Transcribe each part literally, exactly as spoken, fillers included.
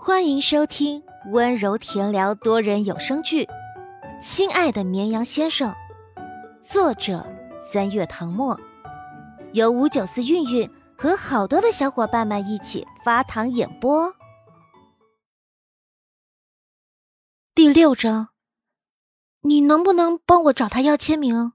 欢迎收听温柔甜聊多人有声剧《亲爱的绵羊先生》，作者三月唐末，由五九四韵韵和好多的小伙伴们一起发糖演播。第六章，你能不能帮我找他要签名？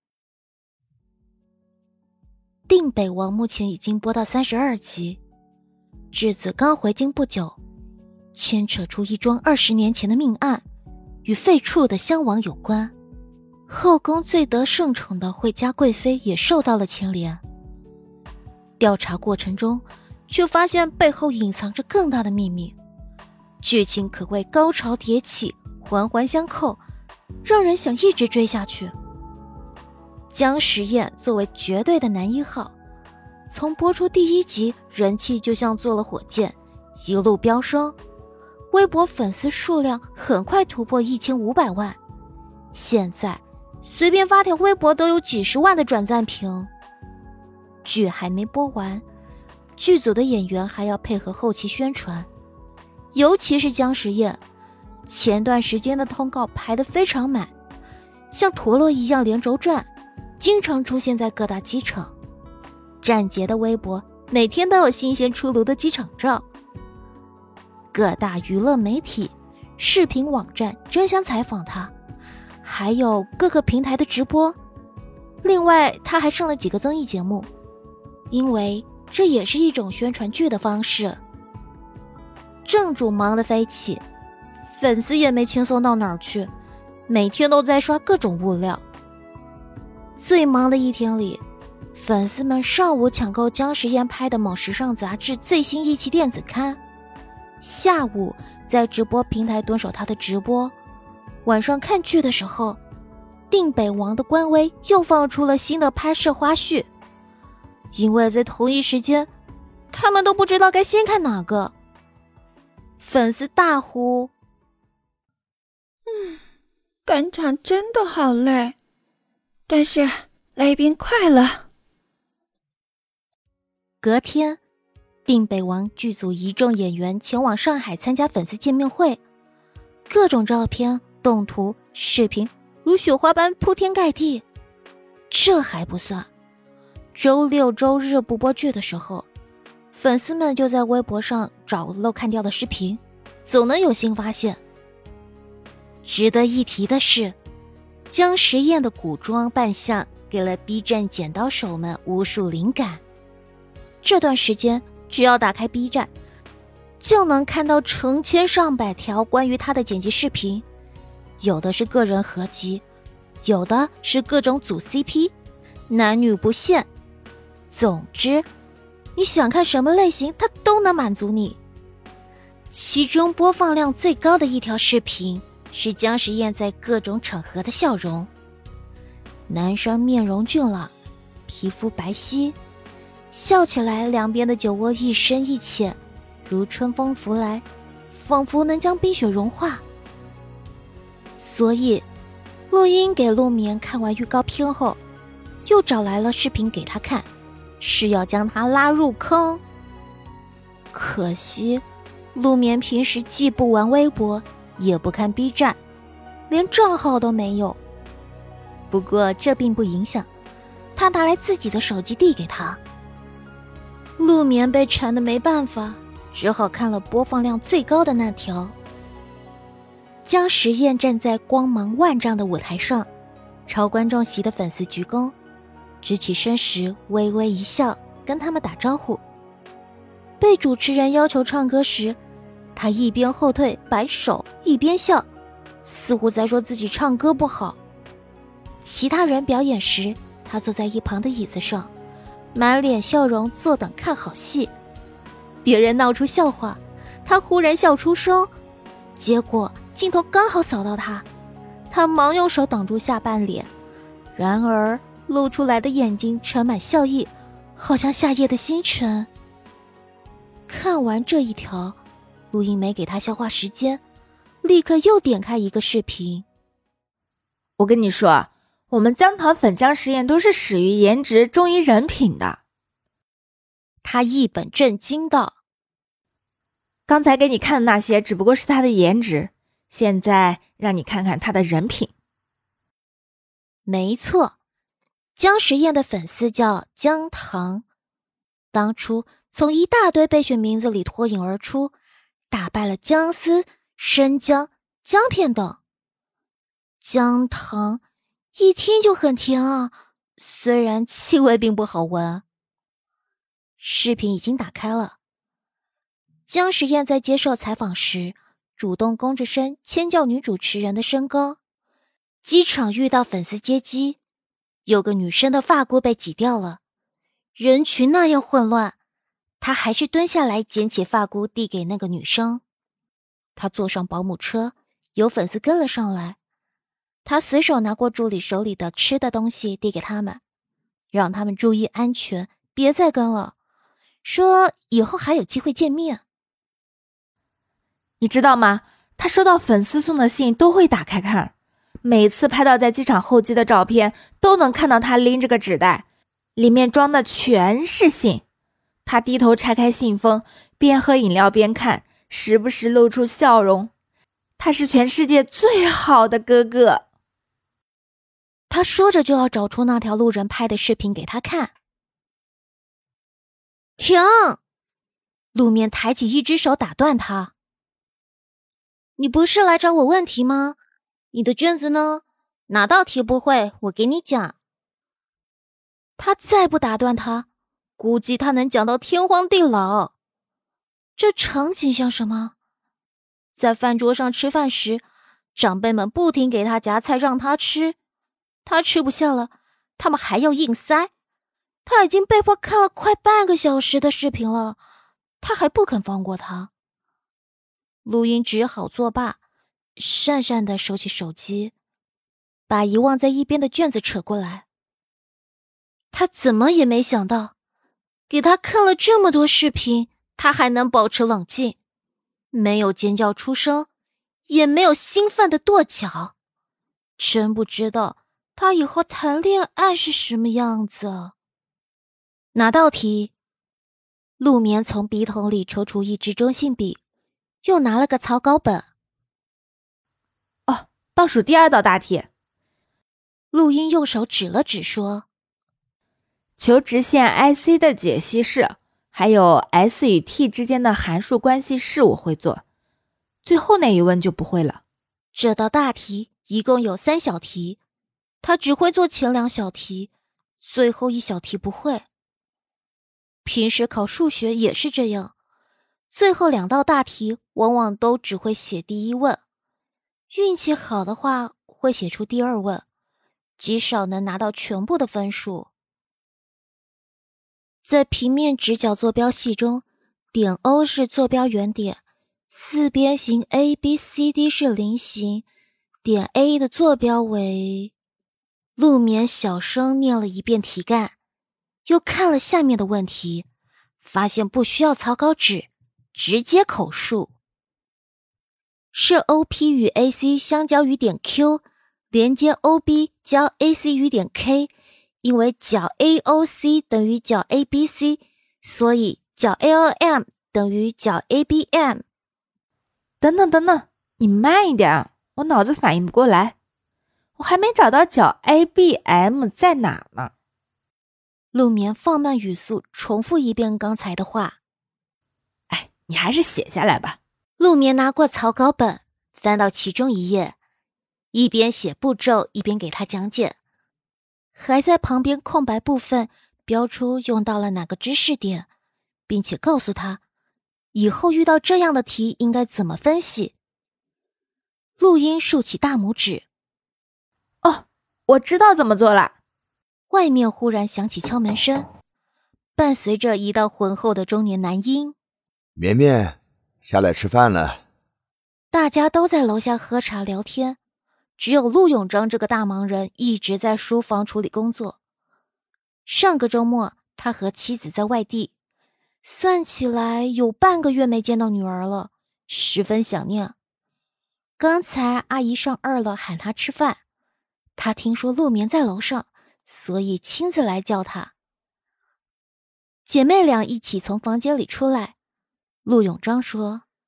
定北王目前已经播到三十二集，质子刚回京不久，牵扯出一桩二十年前的命案，与废黜的襄王有关。后宫最得圣宠的惠家贵妃也受到了牵连。调查过程中，却发现背后隐藏着更大的秘密，剧情可谓高潮迭起，环环相扣，让人想一直追下去。姜时宴作为绝对的男一号，从播出第一集人气就像坐了火箭，一路飙升，微博粉丝数量很快突破一千五百万，现在随便发条微博都有几十万的转赞评。剧还没播完，剧组的演员还要配合后期宣传，尤其是姜时宴，前段时间的通告排得非常满，像陀螺一样连轴转，经常出现在各大机场。站杰的微博每天都有新鲜出炉的机场照，各大娱乐媒体、视频网站争相采访他，还有各个平台的直播。另外他还上了几个综艺节目，因为这也是一种宣传剧的方式。正主忙得飞起，粉丝也没轻松到哪儿去，每天都在刷各种物料。最忙的一天里，粉丝们上午抢购姜时宴拍的某时尚杂志最新一期电子刊，下午在直播平台蹲守他的直播，晚上看剧的时候，定北王的官微又放出了新的拍摄花絮。因为在同一时间，他们都不知道该先看哪个，粉丝大呼： 嗯，赶场真的好累，但是来一瓶快乐。 隔天，定北王剧组一众演员前往上海参加粉丝见面会，各种照片、动图、视频如雪花般铺天盖地。这还不算，周六周日不播剧的时候，粉丝们就在微博上找漏看掉的视频，总能有新发现。值得一提的是，姜时宴的古装扮相给了 B 站剪刀手们无数灵感。这段时间只要打开 B 站，就能看到成千上百条关于他的剪辑视频，有的是个人合集，有的是各种组 C P， 男女不限。总之，你想看什么类型，它都能满足你。其中播放量最高的一条视频是姜时宴在各种场合的笑容。男生面容俊朗，皮肤白皙，笑起来两边的酒窝一深一浅，如春风拂来，仿佛能将冰雪融化。所以录音给陆眠看完预告片后，又找来了视频给他看，是要将他拉入坑。可惜陆眠平时既不玩微博，也不看 B 站，连账号都没有。不过这并不影响，他拿来自己的手机递给他。陆眠被馋得没办法，只好看了播放量最高的那条。姜时宴站在光芒万丈的舞台上，朝观众席的粉丝鞠躬，直起身时微微一笑，跟他们打招呼。被主持人要求唱歌时，他一边后退摆手，一边笑，似乎在说自己唱歌不好。其他人表演时，他坐在一旁的椅子上，满脸笑容坐等看好戏。别人闹出笑话，他忽然笑出声，结果镜头刚好扫到他，他忙用手挡住下半脸，然而露出来的眼睛盛满笑意，好像夏夜的星辰。看完这一条，录音没给他消化时间，立刻又点开一个视频。 我跟你说，我们姜糖粉姜时宴都是始于颜值，忠于人品的。 他一本正经道： 刚才给你看的那些只不过是他的颜值，现在让你看看他的人品。 没错，姜时宴的粉丝叫姜糖，当初从一大堆备选名字里脱颖而出，打败了姜丝、生姜、姜片等。姜糖一听就很甜啊，虽然气味并不好闻。视频已经打开了，姜时宴在接受采访时主动弓着身谦叫女主持人的身高。机场遇到粉丝接机，有个女生的发箍被挤掉了，人群那样混乱，他还是蹲下来捡起发箍递给那个女生。他坐上保姆车，有粉丝跟了上来，他随手拿过助理手里的吃的东西递给他们，让他们注意安全，别再跟了，说以后还有机会见面。 你知道吗？他收到粉丝送的信都会打开看，每次拍到在机场候机的照片都能看到他拎着个纸袋，里面装的全是信。他低头拆开信封，边喝饮料边看，时不时露出笑容。他是全世界最好的哥哥。 他说着就要找出那条路人拍的视频给他看。停！路面抬起一只手打断他。你不是来找我问题吗？你的卷子呢？哪道题不会，我给你讲。他再不打断他，估计他能讲到天荒地老。这场景像什么？在饭桌上吃饭时，长辈们不停给他夹菜让他吃，他吃不下了，他们还要硬塞。他已经被迫看了快半个小时的视频了，他还不肯放过他。录音只好作罢，讪讪地收起手机，把遗忘在一边的卷子扯过来。他怎么也没想到，给他看了这么多视频，他还能保持冷静，没有尖叫出声，也没有兴奋的跺脚。真不知道他以后谈恋爱是什么样子。哪道题？陆眠从笔筒里抽出一支中性笔，又拿了个草稿本。 哦，倒数第二道大题。 陆英用手指了指说， 求直线 I C 的解析式，还有 S 与 T 之间的函数关系式我会做，最后那一问就不会了。 这道大题一共有三小题，他只会做前两小题，最后一小题不会。平时考数学也是这样，最后两道大题往往都只会写第一问，运气好的话会写出第二问，极少能拿到全部的分数。在平面直角坐标系中，点 O 是坐标原点，四边形 A B C D 是菱形，点 A 的坐标为……陆眠小声念了一遍题干，又看了下面的问题，发现不需要草稿纸，直接口述。是 O P 与 A C 相交于点 Q， 连接 O B 交 A C 于点 K， 因为角 A O C 等于角 A B C， 所以角 A O M 等于角 A B M。 等等等等，你慢一点，我脑子反应不过来，我还没找到角 A B M 在哪呢。 陆眠放慢语速，重复一遍刚才的话。 哎，你还是写下来吧。 陆眠拿过草稿本，翻到其中一页，一边写步骤一边给他讲解，还在旁边空白部分标出用到了哪个知识点，并且告诉他以后遇到这样的题应该怎么分析。陆英竖起大拇指， 哦，我知道怎么做了。 外面忽然响起敲门声，伴随着一道浑厚的中年男音： 绵绵，下来吃饭了。 大家都在楼下喝茶聊天，只有陆永章这个大忙人一直在书房处理工作。上个周末他和妻子在外地，算起来有半个月没见到女儿了，十分想念。刚才阿姨上二楼喊他吃饭，他听说陆眠在楼上，所以亲自来叫他。姐妹俩一起从房间里出来，陆永章说：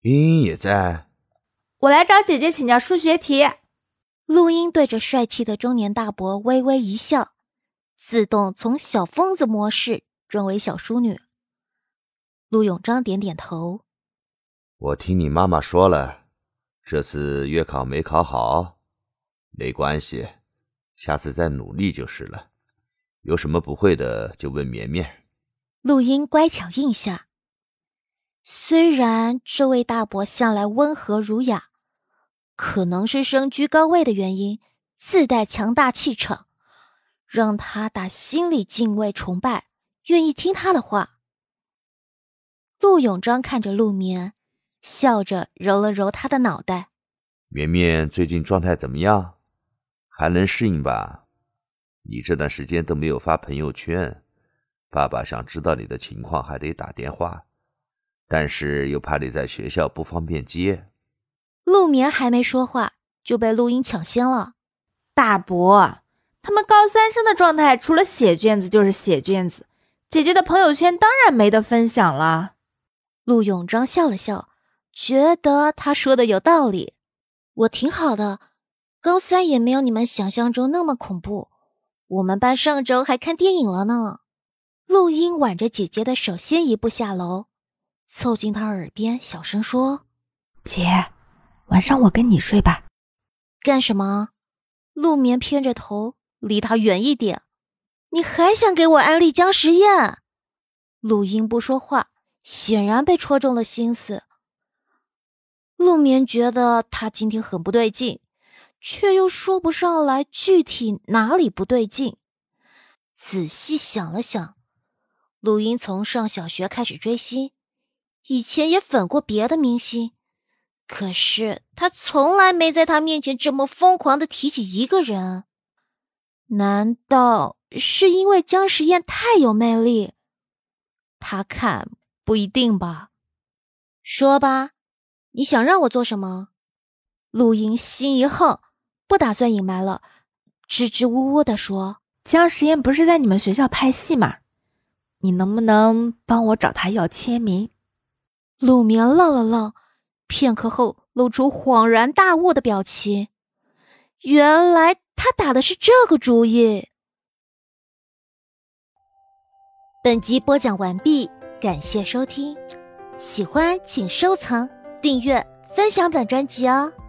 茵茵也在。 我来找姐姐请教数学题。 陆英对着帅气的中年大伯微微一笑，自动从小疯子模式转为小淑女。陆永章点点头。 我听你妈妈说了，这次月考没考好，没关系，下次再努力就是了。有什么不会的就问绵绵。 陆英乖巧应下。虽然这位大伯向来温和儒雅，可能是身居高位的原因，自带强大气场，让他打心里敬畏崇拜，愿意听他的话。陆永章看着陆眠，笑着揉了揉他的脑袋。 绵绵最近状态怎么样？还能适应吧？你这段时间都没有发朋友圈，爸爸想知道你的情况还得打电话，但是又怕你在学校不方便接。 陆眠还没说话，就被陆英抢先了。 大伯，他们高三生的状态除了写卷子就是写卷子，姐姐的朋友圈当然没得分享了。 陆永章笑了笑，觉得他说的有道理。我挺好的，高三也没有你们想象中那么恐怖。我们班上周还看电影了呢。陆英挽着姐姐的手先一步下楼，凑近她耳边小声说： 姐，晚上我跟你睡吧。 干什么？陆眠偏着头，离他远一点。你还想给我安利姜实验？陆英不说话，显然被戳中了心思。陆眠觉得他今天很不对劲，却又说不上来具体哪里不对劲。仔细想了想，陆英从上小学开始追星，以前也粉过别的明星，可是他从来没在他面前这么疯狂地提起一个人。难道是因为姜实验太有魅力？他看不一定吧。说吧，你想让我做什么？陆英心一横，不打算隐瞒了，支支吾吾地说： 姜实验不是在你们学校拍戏吗？你能不能帮我找他要签名？ 陆眠愣了愣，片刻后露出恍然大悟的表情。原来他打的是这个主意。本集播讲完毕，感谢收听，喜欢请收藏、订阅、分享本专辑哦。